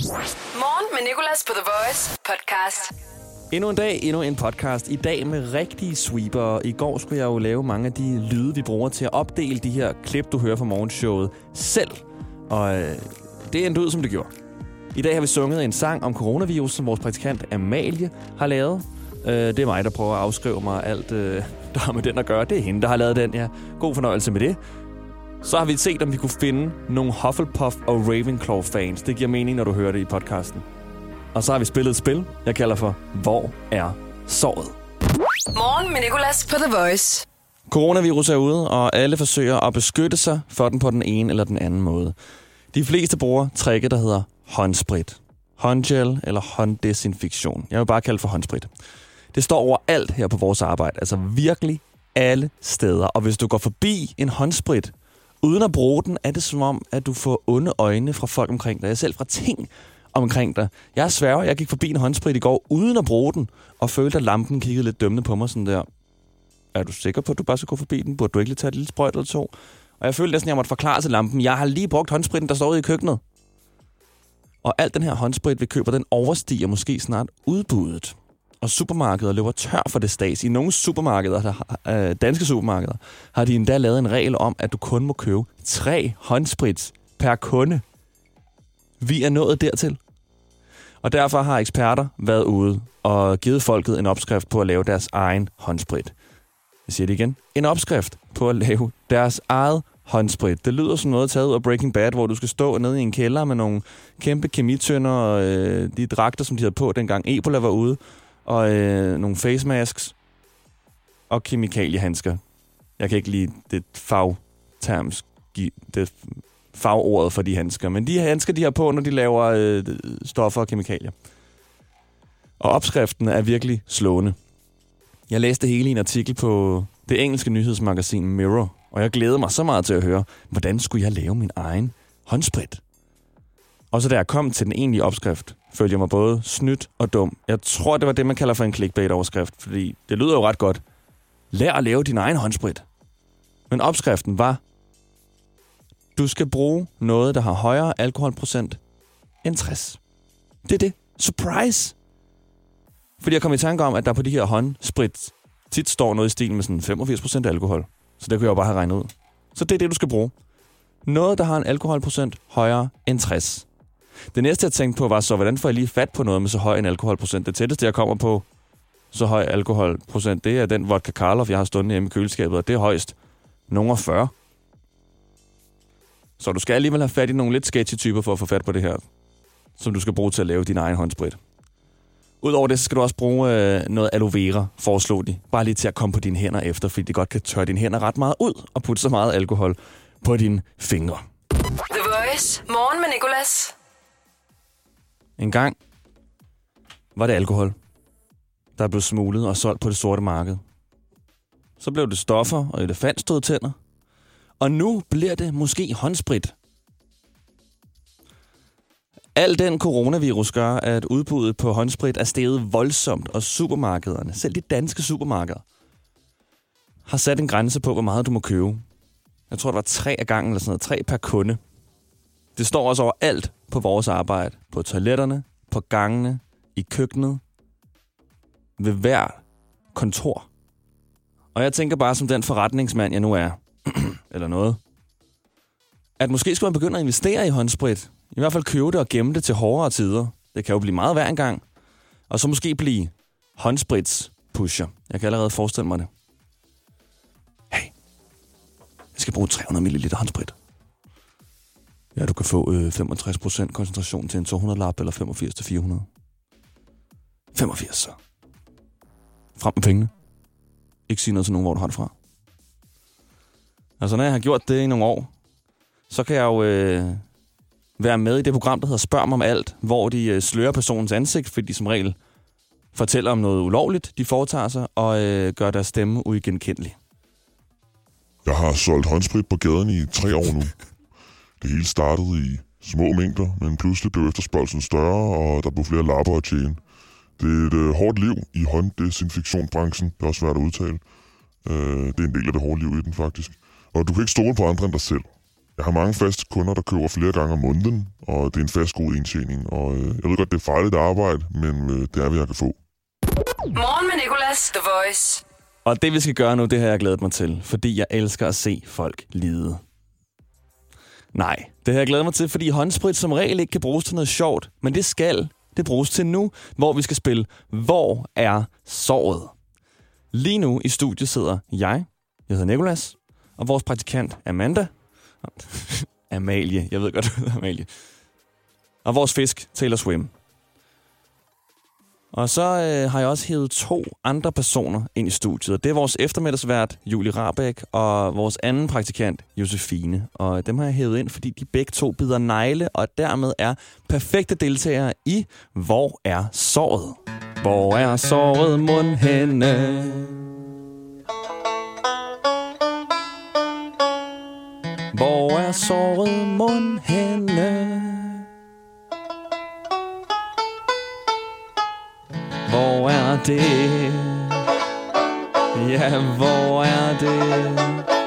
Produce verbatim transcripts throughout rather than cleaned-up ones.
Morgen med Nicolas på The Voice podcast. Endnu en dag, endnu en podcast. I dag med rigtige sweeper. I går skulle jeg jo lave mange af de lyde, vi bruger til at opdele de her klip, du hører fra morgenshowet selv. Og øh, det endte ud, som det gjorde. I dag har vi sunget en sang om coronavirus, som vores praktikant Amalie har lavet. Øh, det er mig, der prøver at afskrive mig alt, øh, der har med den at gøre. Det er hende, der har lavet den, ja. God fornøjelse med det. Så har vi set, om vi kunne finde nogle Hufflepuff og Ravenclaw-fans. Det giver mening, når du hører det i podcasten. Og så har vi spillet et spil, jeg kalder for Hvor er såret? Morgen med Nicolas på The Voice. Coronavirus er ude, og alle forsøger at beskytte sig for den på den ene eller den anden måde. De fleste bruger tricket, der hedder håndsprit. Håndgel eller hånddesinfektion. Jeg vil bare kalde det for håndsprit. Det står overalt her på vores arbejde. Altså virkelig alle steder. Og hvis du går forbi en håndsprit, uden at bruge den, er det som om, at du får onde øjne fra folk omkring dig. Jeg selv fra ting omkring dig. Jeg sværger, jeg gik forbi en håndsprit i går, uden at bruge den, og følte, at lampen kiggede lidt dømmende på mig sådan der. Er du sikker på, at du bare skal gå forbi den? Burde du ikke lige tage et lille sprøjt eller to? Og jeg følte næsten, at jeg måtte forklare til lampen. Jeg har lige brugt håndspritten, der står ude i køkkenet. Og alt den her håndsprit, vi køber, den overstiger måske snart udbuddet. Og supermarkeder løber tør for det stads. I nogle supermarkeder, der har, øh, danske supermarkeder, har de endda lavet en regel om, at du kun må købe tre håndsprits per kunde. Vi er nået dertil. Og derfor har eksperter været ude og givet folket en opskrift på at lave deres egen håndsprit. Jeg siger det igen. En opskrift på at lave deres eget håndsprit. Det lyder som noget taget ud af Breaking Bad, hvor du skal stå nede i en kælder med nogle kæmpe kemitønder og øh, de dragter, som de havde på, dengang Ebola var ude, og øh, nogle face masks og kemikaliehandsker. Jeg kan ikke lide det fagterms, det fagordet for de handsker, men de handsker, de har på, når de laver øh, stoffer og kemikalier. Og opskriften er virkelig slående. Jeg læste det hele i en artikel på det engelske nyhedsmagasin Mirror, og jeg glæder mig så meget til at høre, hvordan skulle jeg lave min egen håndsprit? Og så da jeg kom til den egentlige opskrift, følte jeg mig både snydt og dum. Jeg tror, det var det, man kalder for en clickbait-overskrift, fordi det lyder jo ret godt. Lær at lave din egen håndsprit. Men opskriften var, du skal bruge noget, der har højere alkoholprocent end tres. Det er det. Surprise! Fordi jeg kom i tanke om, at der på de her håndsprit tit står noget i stil med sådan femogfirs procent alkohol. Så det kunne jeg jo bare have regnet ud. Så det er det, du skal bruge. Noget, der har en alkoholprocent højere end tres. Det næste, jeg tænkte på, var så, hvordan får jeg lige fat på noget med så høj en alkoholprocent? Det tætteste, jeg kommer på så høj alkoholprocent, det er den vodka Karloff, jeg har stående hjemme i køleskabet, og det er højst nogen fyrre. Så du skal alligevel have fat i nogle lidt sketchy typer for at få fat på det her, som du skal bruge til at lave din egen håndsprit. Udover det, så skal du også bruge øh, noget aloe vera, foreslår de. Bare lige til at komme på dine hænder efter, fordi det godt kan tørre dine hænder ret meget ud og putte så meget alkohol på dine fingre. The Voice. Morgen med Nicolas. En gang var det alkohol, der blev smuglet og solgt på det sorte marked. Så blev det stoffer og elefantstødtænder. Og nu bliver det måske håndsprit. Al den coronavirus gør, at udbuddet på håndsprit er steget voldsomt, og supermarkederne, selv de danske supermarkeder, har sat en grænse på, hvor meget du må købe. Jeg tror, det var tre af gangen, eller sådan noget, tre per kunde. Det står også overalt på vores arbejde. På toiletterne, på gangene, i køkkenet, ved hver kontor. Og jeg tænker bare som den forretningsmand, jeg nu er, eller noget, at måske skulle man begynde at investere i håndsprit. I hvert fald købe det og gemme det til hårdere tider. Det kan jo blive meget hver en gang. Og så måske blive håndsprits-pusher. Jeg kan allerede forestille mig det. Hey, jeg skal bruge tre hundrede milliliter håndsprit. Ja, du kan få øh, femogtres procent koncentration til en to hundrede lap eller femogfirs til fire hundrede. femogfirs så. Frem med pengene. Ikke sige noget til nogen, hvor du har det fra. Altså, når jeg har gjort det i nogle år, så kan jeg jo øh, være med i det program, der hedder Spørg mig om alt, hvor de øh, slører personens ansigt, fordi de som regel fortæller om noget ulovligt, de foretager sig, og øh, gør deres stemme uigenkendelig. Jeg har solgt håndsprit på gaden i tre år nu. Det hele startede i små mængder, men pludselig blev efterspørgselen større, og der blev flere lapper at tjene. Det er et øh, hårdt liv i hånddesinfektionsbranchen. Det er også svært at udtale. Øh, det er en del af det hårde liv i den, faktisk. Og du kan ikke stole på andre end dig selv. Jeg har mange faste kunder, der køber flere gange om måneden, og det er en fast god indtjening. Og øh, jeg ved godt, det er farligt arbejde, men øh, det er, hvad jeg kan få. Morgen med Nicolas, The Voice. Og det, vi skal gøre nu, det har jeg glædet mig til, fordi jeg elsker at se folk lide. Nej, det har jeg glædet mig til, fordi håndsprit som regel ikke kan bruges til noget sjovt, men det skal det bruges til nu, hvor vi skal spille Hvor er såret? Lige nu i studiet sidder jeg, jeg hedder Nicolas, og vores praktikant Amanda. Amalie, jeg ved godt, du hedder Amalie. Og vores fisk, Taylor Swim. Og så øh, har jeg også hævet to andre personer ind i studiet. Det er vores eftermiddagsvært, Julie Rabeck, og vores anden praktikant, Josefine. Og dem har jeg hævet ind, fordi de begge to bider negle, og dermed er perfekte deltagere i Hvor er såret? Hvor er såret mund henne? Hvor er såret mund henne? Hvor er det? Ja, hvor er det?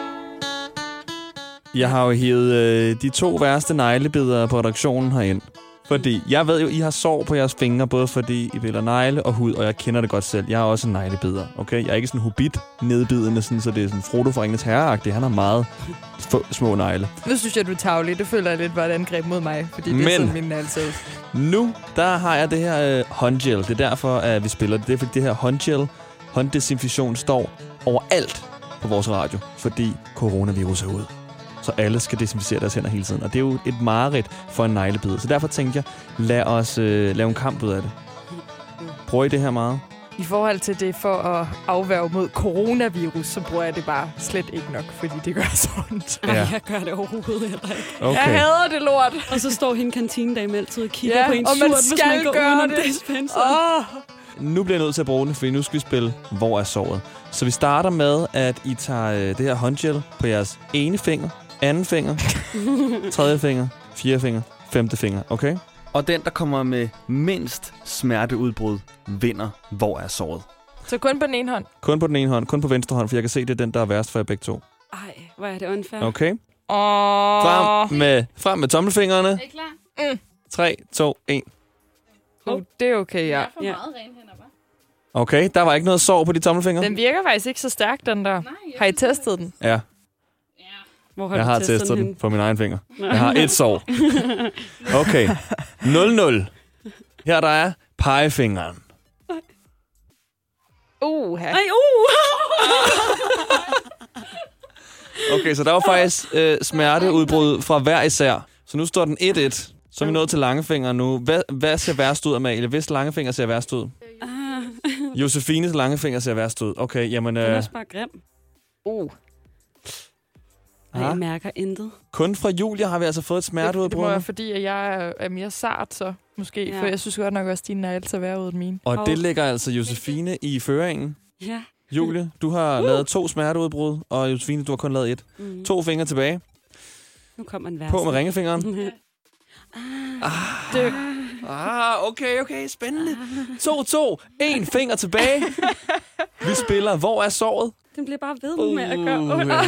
Jeg har jo hivet øh, de to værste neglebidere på redaktionen herind. Fordi jeg ved jo, I har sår på jeres fingre, både fordi I piller negle og hud, og jeg kender det godt selv. Jeg er også en neglebider, okay? Jeg er ikke sådan hobbit nedbidende, sådan, så det er sådan Frodo fra Ringenes Herre-agtigt. Han har meget få, små negle. Nu synes jeg, du er tavlig. Det føler jeg lidt var et angreb mod mig, fordi det Men, er sådan min negle. Nu, der har jeg det her øh, håndgel. Det er derfor, at vi spiller det. Det er fordi det her håndgel, hånddesinfektion, står overalt på vores radio, fordi coronavirus er ude. Så alle skal desinficere deres hænder hele tiden. Og det er jo et mareridt for en neglebider. Så derfor tænkte jeg, lad os øh, lave en kamp ud af det. Bruger I det her meget? I forhold til det for at afværge mod coronavirus, så bruger jeg det bare slet ikke nok, fordi det gør så ondt. Ja. Ej, jeg gør det overhovedet heller ikke. Okay. Jeg hader det lort. Og så står hende kantinedame altid og kigger ja, på en og surt, man hvis skal man går gøre det. det. Oh. Nu bliver jeg nødt til at bruge det, fordi nu skal vi spille Hvor er såret? Så vi starter med, at I tager øh, det her håndgel på jeres ene finger, anden finger, tredje finger, fjerde finger, femte finger, okay? Og den, der kommer med mindst smerteudbrud, vinder Hvor er såret? Så kun på den ene hånd? Kun på den ene hånd, kun på venstre hånd, for jeg kan se, det er den, der er værst for jer begge to. Ej, hvor er det unfair. Okay? Oh. Frem med, frem med tommelfingrene. Er I klar? Mm. tre, to, et. Oh, det er okay, ja. Jeg er for meget rene hænder, hva'? Okay, der var ikke noget sår på de tommelfingre. Den virker faktisk ikke så stærk, den der. Nej, har I testet den? Ja. Hvor har jeg du har testet testet den hende? på min egen finger. Jeg har et sår. Okay. nul nul. Her der er pegefingeren. Uh, Ej, uh! Okay, så der var faktisk øh, smerteudbrud fra hver især. Så nu står den et et. Så er vi nået til langefingeren nu. Hvad, hvad ser værst ud, Amalie? Hvis langefinger ser værst ud? Josefines langefinger ser værst ud. Okay, jamen... Øh, den er også bare grim. Uh. Ej, jeg mærker intet. Kun fra Julia har vi altså fået et smerteudbrud. Det, det må være, fordi at jeg er, er mere sart, så måske. Ja. For jeg synes godt nok også, at dine negle ser værre ud end mine. Og det ligger altså Josefine i føringen. Ja. Julie, du har uh. lavet to smerteudbrud, og Josefine, du har kun lavet et. Mm. To fingre tilbage. Nu kommer den værste. På med ringefingeren. ah. Ah. Det. Ah, okay, okay, spændende. To, to, en finger tilbage. Vi spiller Hvor er såret? Den bliver bare ved uh, med at gøre ondt. Ja.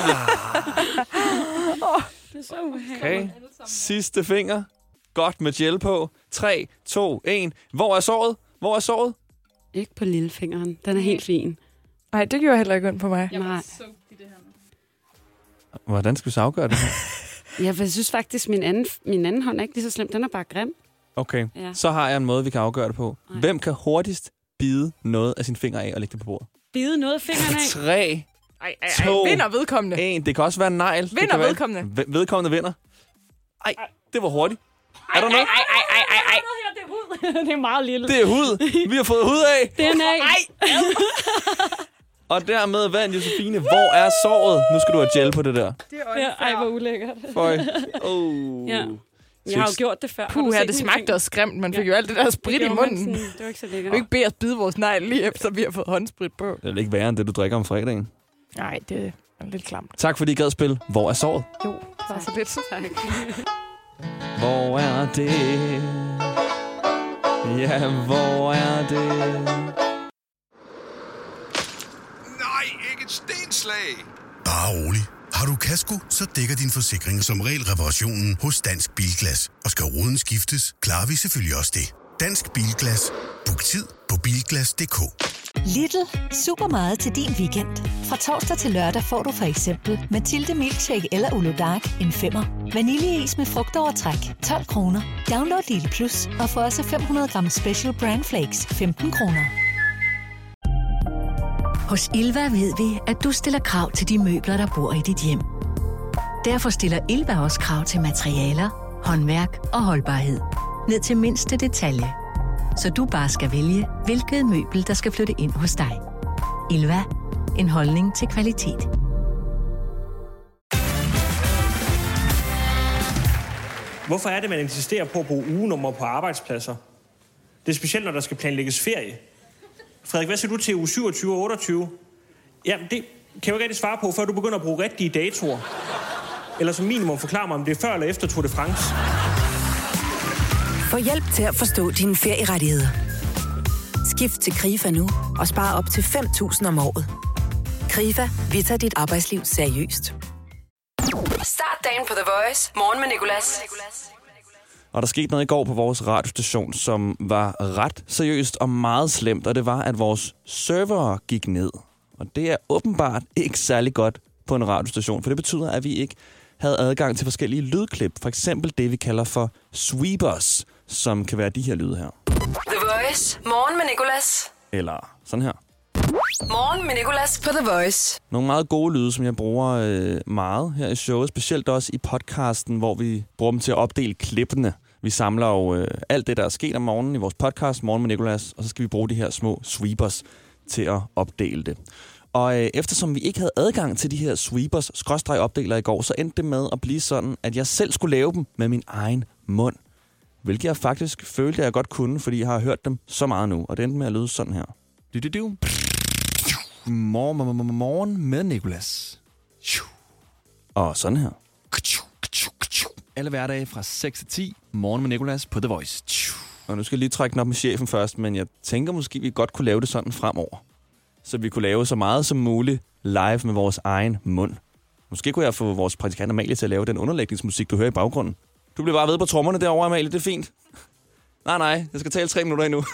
Det er så ubehageligt. Okay, sidste finger. Godt med gel på. tre, to, et. Hvor er såret? Hvor er såret? Ikke på lillefingeren. Den er helt fin. Nej, det gjorde heller ikke ondt på mig. Jeg var så i det her nu. Hvordan skal vi så afgøre det her? Ja, for jeg synes faktisk, min anden, min anden hånd er ikke lige så slem. Den er bare grim. Okay, ja. Så har jeg en måde, vi kan afgøre det på. Nej. Hvem kan hurtigst bide noget af sine fingre af og lægge det på bordet? Bide noget af fingrene af? Tre, ej, ej, ej. to, vinder vedkommende. En. Det kan også være en negl. Vinder vedkommende. Være, vedkommende vinder. Ej, det var hurtigt. Ej, er der noget? Ej, ej, ej, ej, ej. Det er hud. Det er meget lille. Det er hud. Vi har fået hud af. Det er en af. Ej. Og dermed vandt Josefine. Hvor er såret? Nu skal du have gel på det der. Det er ja, ej, hvor ulækkert. Føj. Oh. Ja. Jeg har jo gjort det før. Puh, her, det smagte også skræmt. Man fik ja. jo alt det der sprit det i munden. Sådan, det var ikke så lækkert. Du ikke bede os bide vores negl lige efter, vi har fået håndsprit på. Det er ikke værre end det, du drikker om fredagen. Nej, det er lidt klamt. Tak fordi I gad spille. Hvor er såret? Jo, det var så lidt. Tak. Hvor er det? Ja, hvor er det? Nej, ikke et stenslag. Bare rolig. Har du kasko, så dækker din forsikring som regel reparationen hos Dansk Bilglas. Og skal ruden skiftes, klarer vi selvfølgelig også det. Dansk Bilglas. Book tid på bilglas punktum d k. Lidl. Super meget til din weekend. Fra torsdag til lørdag får du for eksempel Mathilde Milkshake eller Ulo Dark en femmer. Vaniljeis med frugtovertræk tolv kroner. Download Lidl Plus og få også fem hundrede gram Special Brand Flakes femten kroner. Hos Ilva ved vi, at du stiller krav til de møbler, der bor i dit hjem. Derfor stiller Ilva også krav til materialer, håndværk og holdbarhed. Ned til mindste detalje. Så du bare skal vælge, hvilket møbel, der skal flytte ind hos dig. Ilva. En holdning til kvalitet. Hvorfor er det, man insisterer på at bruge ugenummer på arbejdspladser? Det er specielt, når der skal planlægges ferie. Frederik, hvad siger du til uge syvogtyve og otteogtyve? Jamen, det kan jeg jo ikke rigtig svare på, før du begynder at bruge rigtige datoer. Eller som minimum forklare mig, om det er før eller efter Tour de France. Få hjælp til at forstå dine ferierettigheder. Skift til KRIFA nu og spar op til fem tusind om året. KRIFA, vi tager dit arbejdsliv seriøst. Start dagen på The Voice. Morgen med Nicolas. Og der skete noget i går på vores radiostation, som var ret seriøst og meget slemt, og det var, at vores server gik ned. Og det er åbenbart ikke særlig godt på en radiostation, for det betyder, at vi ikke havde adgang til forskellige lydklip. For eksempel det, vi kalder for sweepers, som kan være de her lyde her. The Voice. Morgen med Nicolas. Eller sådan her. Morgen med Nicolas på The Voice. Nogle meget gode lyde, som jeg bruger øh, meget her i showet. Specielt også i podcasten, hvor vi bruger dem til at opdele klippene. Vi samler jo øh, alt det, der er sket om morgenen i vores podcast, Morgen med Nicolas. Og så skal vi bruge de her små sweepers til at opdele det. Og øh, eftersom vi ikke havde adgang til de her sweepers, skråstreg opdeler i går, så endte det med at blive sådan, at jeg selv skulle lave dem med min egen mund. Hvilket jeg faktisk følte, at jeg godt kunne, fordi jeg har hørt dem så meget nu. Og det endte med at lyde sådan her. Morgen, morgen med Nicolas. Og sådan her. Alle hverdage fra seks til ti. Morgen med Nicolas på The Voice. Og nu skal jeg lige trække den op med chefen først, men jeg tænker måske, vi godt kunne lave det sådan fremover. Så vi kunne lave så meget som muligt live med vores egen mund. Måske kunne jeg få vores praktikant Amalie til at lave den underlægningsmusik, du hører i baggrunden. Du bliver bare ved på trommerne derovre, Amalie. Det er fint. Nej, nej. Jeg skal tale tre minutter endnu.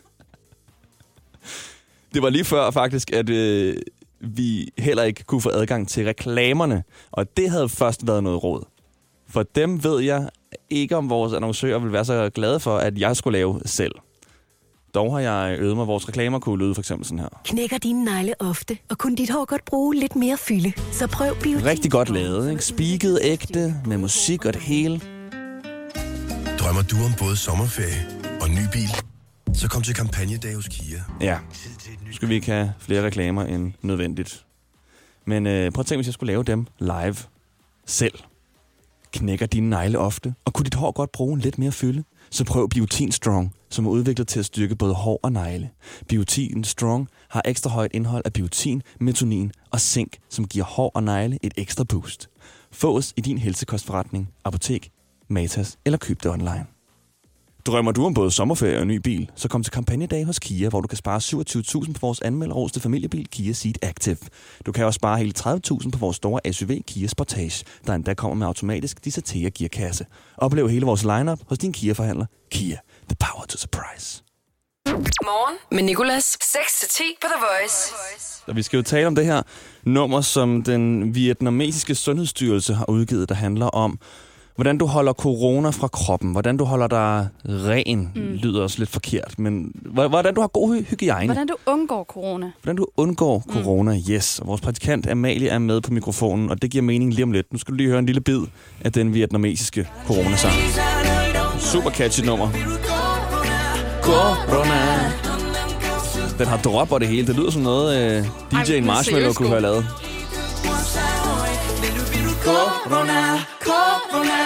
Det var lige før faktisk, at øh, vi heller ikke kunne få adgang til reklamerne. Og det havde først været noget råd. For dem ved jeg ikke, om vores annoncører vil være så glade for, at jeg skulle lave selv. Dog har jeg øvet mig, vores reklamer kunne lyde for eksempel sådan her. Knækker dine negle ofte, og kunne dit hår godt bruge lidt mere fylde. Så prøv Biotin. Rigtig godt lavet, ikke? Spiket ægte, med musik og det hele. Drømmer du om både sommerferie og ny bil? Så kom til kampagnedag hos Kia. Ja, nu skal vi ikke have flere reklamer end nødvendigt. Men øh, prøv at tænke, hvis jeg skulle lave dem live selv. Knækker dine negle ofte, og kunne dit hår godt bruge lidt mere fylde? Så prøv Biotin Strong, som er udviklet til at styrke både hår og negle. Biotin Strong har ekstra højt indhold af biotin, metonin og zink, som giver hår og negle et ekstra boost. Fås i din helsekostforretning, apotek, Matas eller køb det online. Drømmer du om både sommerferie og ny bil, så kom til kampagnedag hos Kia, hvor du kan spare syvogtyve tusind på vores anmelderoste familiebil Kia Ceed Active. Du kan også spare hele tredive tusind på vores store S U V Kia Sportage, der endda kommer med automatisk Disatera gearkasse. Oplev hele vores lineup hos din Kia-forhandler. Kia, the power to surprise. Morgen med Nicolas. seks til ti på The Voice. Og vi skal jo tale om det her nummer, som den vietnamesiske sundhedsstyrelse har udgivet, der handler om, hvordan du holder corona fra kroppen, hvordan du holder dig ren, mm. lyder også lidt forkert, men hvordan du har god hy- hygiejne. Hvordan du undgår corona. Hvordan du undgår mm. corona, yes. Og vores praktikant Amalie er med på mikrofonen, og det giver mening lige om lidt. Nu skal du lige høre en lille bid af den vietnamesiske coronasang. Super catchy nummer. Corona. Den har drop og det hele. Det lyder som noget, uh, D J'en Marshmallow kunne have lavet. Corona, corona.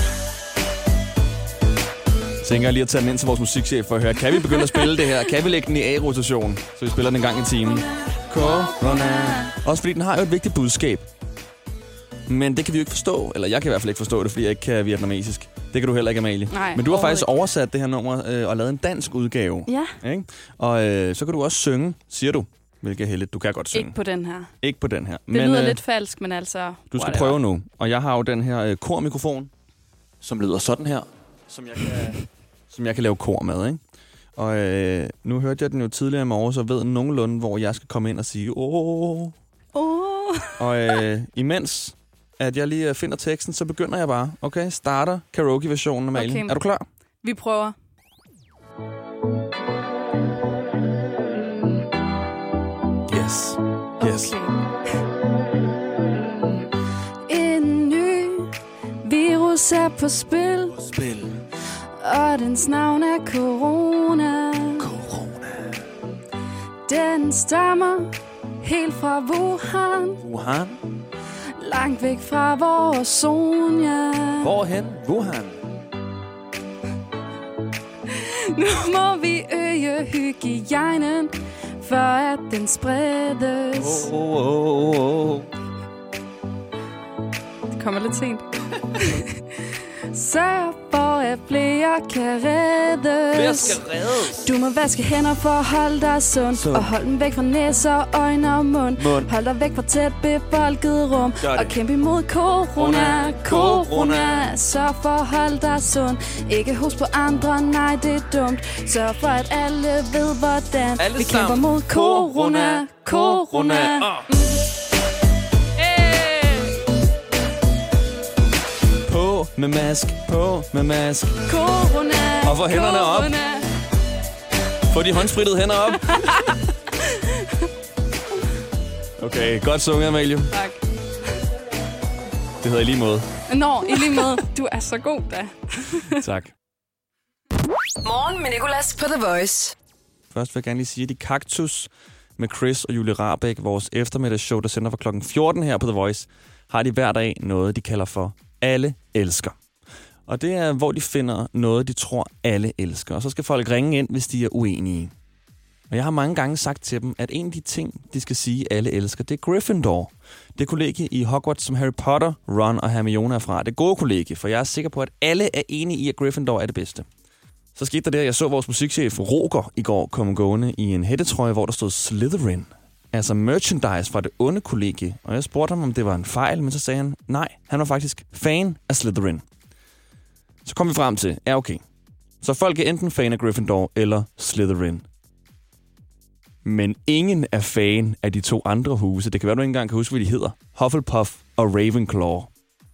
Tænker jeg lige at tage den ind til vores musikchef for at høre, kan vi begynde at spille det her? Kan vi lægge den i A-rotation, så vi spiller den en gang i timen? Corona. Også fordi den har jo et vigtigt budskab. Men det kan vi jo ikke forstå, eller jeg kan i hvert fald ikke forstå det, fordi jeg ikke kan vietnamesisk. Det kan du heller ikke, Amalie. Nej, men du har faktisk oversat det her nummer øh, og lavet en dansk udgave. Ja. Ikke? Og øh, så kan du også synge, siger du. hvilket er heldigt. Du kan godt synge. Ikke på den her. Ikke på den her. Det men, lyder øh, lidt falsk, men altså... Du skal prøve nu. Og jeg har jo den her øh, kormikrofon, som lyder sådan her, som jeg kan, som jeg kan lave kor med, ikke? Og øh, nu hørte jeg den jo tidligere i morgen, så ved nogenlunde, hvor jeg skal komme ind og sige, åh. Åh. Og øh, imens, at jeg lige finder teksten, så begynder jeg bare. Okay, starter karaoke-versionen af Malin. Okay. Er du klar? Vi prøver. Yes. Yes. Okay. En ny virus er på spil. Spil. Og dens navn er corona. Corona. Den stammer helt fra Wuhan. Wuhan. Langt væk fra vores zone, ja. Hvorhen? Wuhan. Nu må vi øge hygiejnen, for at den spredes. Oh, oh, oh, oh. Det kommer lidt sent. Sørg for, at flere kan reddes. Flere skal reddes. Du må vaske hænder for at holde dig sund. sund. Og hold dem væk fra næser, øjne og mund. mund. Hold dig væk fra tæt befolket rum. Og kæmp imod corona, corona. corona. Sørg for at holde dig sund. Ikke husk på andre, nej det er dumt. Sørg for, at alle ved, hvordan alle vi kæmper mod corona, corona. corona. Oh. På med mask, på med mask. Corona, og få hænderne corona. op. Få de håndspritede hænder op. Okay, godt sunget, Amalie. Tak. Det hedder i lige måde. Nå, i lige måde. Du er så god, da. Tak. Morgen med Nicolas på The Voice. Først vil jeg gerne lige sige, at de Kaktus med Chris og Julie Rahbek, vores eftermiddagsshow, der sender fra klokken fjorten her på The Voice, har de hver dag noget, de kalder for Alle Elsker. Og det er, hvor de finder noget, de tror, alle elsker. Og så skal folk ringe ind, hvis de er uenige. Og jeg har mange gange sagt til dem, at en af de ting, de skal sige, alle elsker, det er Gryffindor. Det kollegie i Hogwarts, som Harry Potter, Ron og Hermione er fra. Det gode kollegie, for jeg er sikker på, at alle er enige i, at Gryffindor er det bedste. Så skete der det, at jeg så vores musikchef Roger i går komme gående i en hættetrøje, hvor der stod Slytherin. Altså merchandise fra det onde kollegie. Og jeg spurgte ham, om det var en fejl, men så sagde han, nej, han var faktisk fan af Slytherin. Så kom vi frem til, ja okay. Så folk er enten fan af Gryffindor eller Slytherin. Men ingen er fan af de to andre huse. Det kan være, du ikke engang kan huske, hvad de hedder. Hufflepuff og Ravenclaw.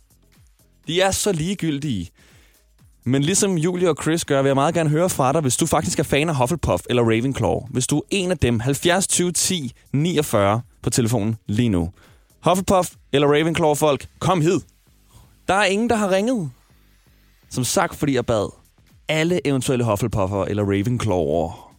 De er så ligegyldige. Men ligesom Julie og Chris gør, vil jeg meget gerne høre fra dig, hvis du faktisk er fan af Hufflepuff eller Ravenclaw. Hvis du er en af dem, halvfjerds tyve ti niogfyrre på telefonen lige nu. Hufflepuff eller Ravenclaw-folk, kom hid. Der er ingen, der har ringet. Som sagt, fordi jeg bad alle eventuelle Hufflepuffer eller Ravenclawer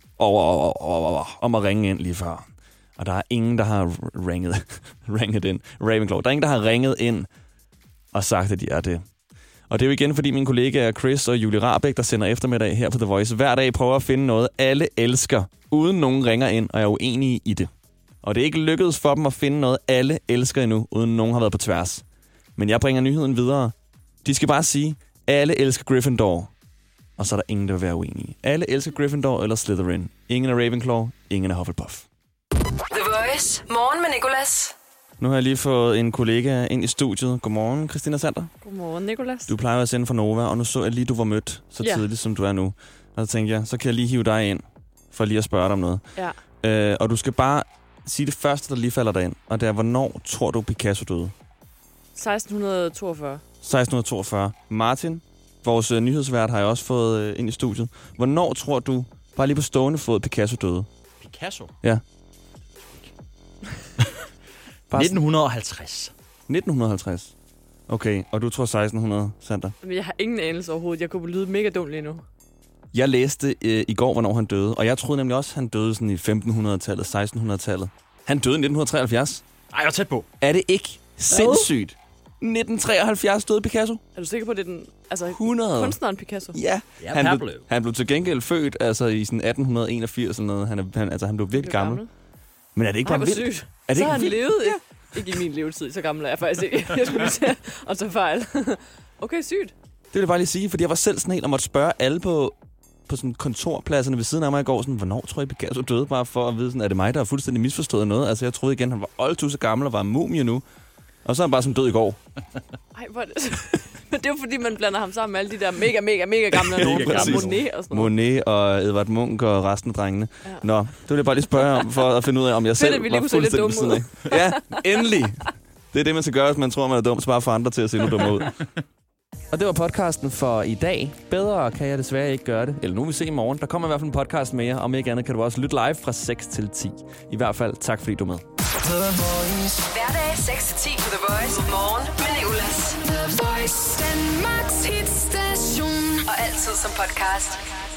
om at ringe ind lige før. Og der er ingen, der har ringet, ringet ind. Ravenclaw. Der er ingen, der har ringet ind og sagt, at de er det. Og det er jo igen, fordi mine kollegaer Chris og Julie Rahbek, der sender eftermiddag her på The Voice, hver dag prøver at finde noget, alle elsker, uden nogen ringer ind og er uenige i det. Og det er ikke lykkedes for dem at finde noget, alle elsker endnu, uden nogen har været på tværs. Men jeg bringer nyheden videre. De skal bare sige, alle elsker Gryffindor. Og så er der ingen, der vil være uenige. Alle elsker Gryffindor eller Slytherin. Ingen er Ravenclaw, ingen er Hufflepuff. The Voice. Morgen med Nicolas. Nu har jeg lige fået en kollega ind i studiet. Godmorgen, Christina Sander. Godmorgen, Nicolas. Du plejer at sende fra Nova, og nu så jeg lige, du var mødt så ja. tidligt, som du er nu. Og så tænkte jeg, så kan jeg lige hive dig ind, for lige at spørge dig om noget. Ja. Øh, og du skal bare sige det første, der lige falder dig ind. Og det er, hvornår tror du, Picasso døde? seksten toogfyrre. seksten toogfyrre. Martin, vores øh, nyhedsvært, har jeg også fået øh, ind i studiet. Hvornår tror du, bare lige på stående fod, Picasso døde? Picasso? Ja. nitten halvtreds. nitten halvtreds. Okay, og du tror seksten hundrede, Sander? Men jeg har ingen anelse overhovedet. Jeg kunne lyde mega dumt lige nu. Jeg læste øh, i går, hvornår han døde, og jeg troede nemlig også, han døde sådan i femtenhundredetallet, sekstenhundredetallet. Han døde i nitten treoghalvfjerds. Nej, jeg er tæt på. Er det ikke sindssygt? nitten treoghalvfjerds døde Picasso. Er du sikker på, det er den altså, hundrede kunstneren Picasso? Ja, ja han, blev, han blev til gengæld født altså, i sådan atten enogfirs eller noget. Han, er, han, altså, han blev virkelig gammel. gammel. Men er det ikke Ej, bare vildt? Sygt. Er det så ikke han vildt? levet ja. Ikke i min levetid, så gammel er jeg faktisk ikke. Jeg skulle lige til at tage fejl. Okay, sygt. Det vil jeg bare lige sige, fordi jeg var selv sådan helt og måtte spørge alle på på sådan kontorpladserne ved siden af mig i går, sådan, hvornår tror jeg, Picasso døde, bare for at vide, sådan, er det mig, der har fuldstændig misforstået noget? Altså, jeg troede igen, han var oldtusind gammel og var en mumie nu. Og så er han bare sådan død i går. Ej, hvor er det... Men det er jo fordi, man blander ham sammen med alle de der mega, mega, mega gamle nogen. Monet og sådan noget. Monet og Edvard Munch og resten af drengene. Ja. Nå, det vil jeg bare lige spørge om, for at finde ud af, om jeg selv det, var fuldstændig ved siden af. Ja, endelig. Det er det, man skal gøre, hvis man tror, man er dum. Så bare få andre til at se nu dumme ud. Og det var podcasten for i dag. Bedre kan jeg desværre ikke gøre det. Eller nu vil vi se i morgen. Der kommer i hvert fald en podcast mere. Om ikke andet kan du også lytte live fra seks til ti. I hvert fald tak, fordi du er med. Hverdag seks til ti på The Voice. Morgen med Nicolas. The Voice. Danmarks hitstation. Og altid som podcast.